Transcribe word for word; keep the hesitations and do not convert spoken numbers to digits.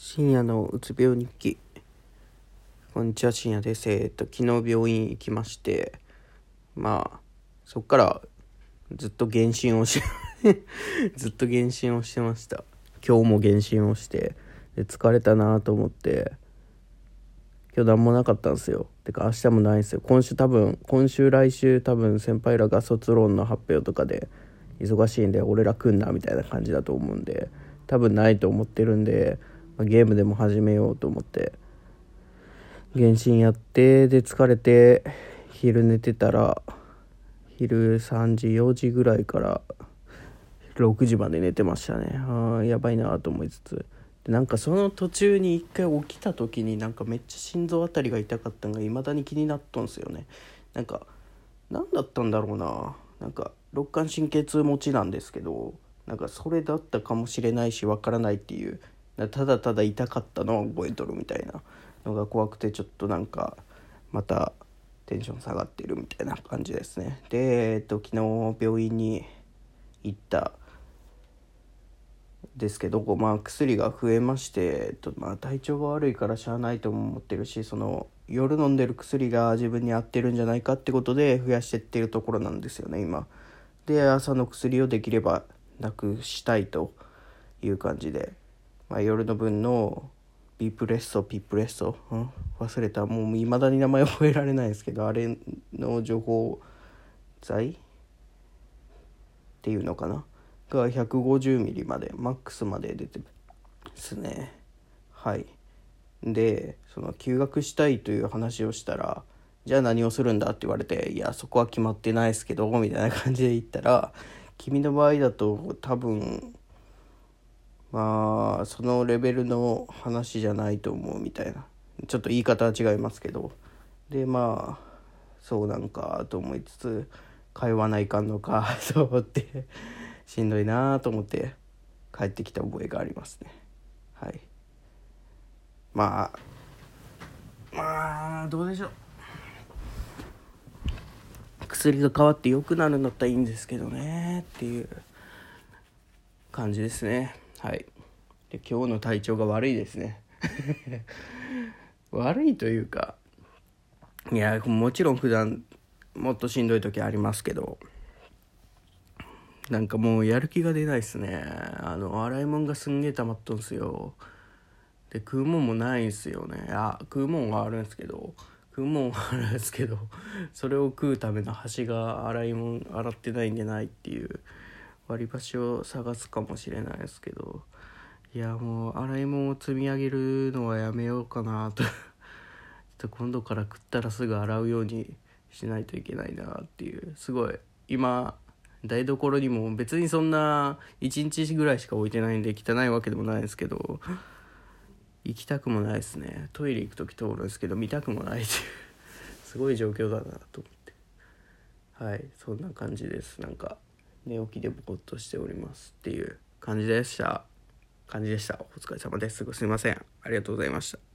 深夜のうつ病日記。こんにちは、深夜です。えっと昨日病院行きまして、まあそっからずっと検診をしずっと検診をしてました。今日も検診をして、で疲れたなと思って、今日何もなかったんですよ。てか明日もないんですよ。今週多分今週来週多分先輩らが卒論の発表とかで忙しいんで、俺ら来んなみたいな感じだと思うんで、多分ないと思ってるんで、まあ、ゲームでも始めようと思って原神やって、で疲れて昼寝てたら、昼さんじよじぐらいからろくじまで寝てましたね。あーやばいなと思いつつ、でなんかその途中に一回起きた時になんかめっちゃ心臓あたりが痛かったのが未だに気になっとんすよね。なんか何だったんだろうな。なんか肋間神経痛持ちなんですけど、なんかそれだったかもしれないしわからないっていう、ただただ痛かったのを覚えとるみたいなのが怖くて、ちょっとなんかまたテンション下がってるみたいな感じですね。で、えっと昨日病院に行ったですけど、まあ薬が増えまして、えっとまあ体調が悪いからしゃあないとも思ってるし、その夜飲んでる薬が自分に合ってるんじゃないかってことで増やしてってるところなんですよね今で。朝の薬をできればなくしたいという感じで、まあ、夜の分のビプレッソピプレッソ、うん、忘れた、もう未だに名前覚えられないですけど、あれの除法剤っていうのかなが ひゃくごじゅうミリ までマックスまで出てですね。はい。でその休学したいという話をしたら、じゃあ何をするんだって言われて、いやそこは決まってないですけどみたいな感じで言ったら、君の場合だと多分まあそのレベルの話じゃないと思うみたいな、ちょっと言い方は違いますけど、でまあそうなんかと思いつつ、通わないかんのかと思ってしんどいなと思って帰ってきた覚えがありますね。はい。まあまあどうでしょう、薬が変わって良くなるんだったらいいんですけどねっていう感じですね。はい。で今日の体調が悪いですね悪いというか、いやもちろん普段もっとしんどい時ありますけど、なんかもうやる気が出ないですね。あの洗い物がすんげえ溜まっとんすよ。で食うもんもないんすよね。あ食うもんはあるんですけど食うもんはあるんですけどそれを食うための箸が洗い物洗ってないんでないっていう、割り箸を探すかもしれないですけど、いやもう洗い物を積み上げるのはやめようかなとちょっと今度から食ったらすぐ洗うようにしないといけないなっていう、すごい今台所にも別にそんないちにちぐらいしか置いてないんで汚いわけでもないですけど、行きたくもないですね。トイレ行く時通るんですけど見たくもないっていうすごい状況だなと思って、はい、そんな感じです。なんか寝起きでボコッとしておりますっていう感じでした感じでした。お疲れ様です。すいません。ありがとうございました。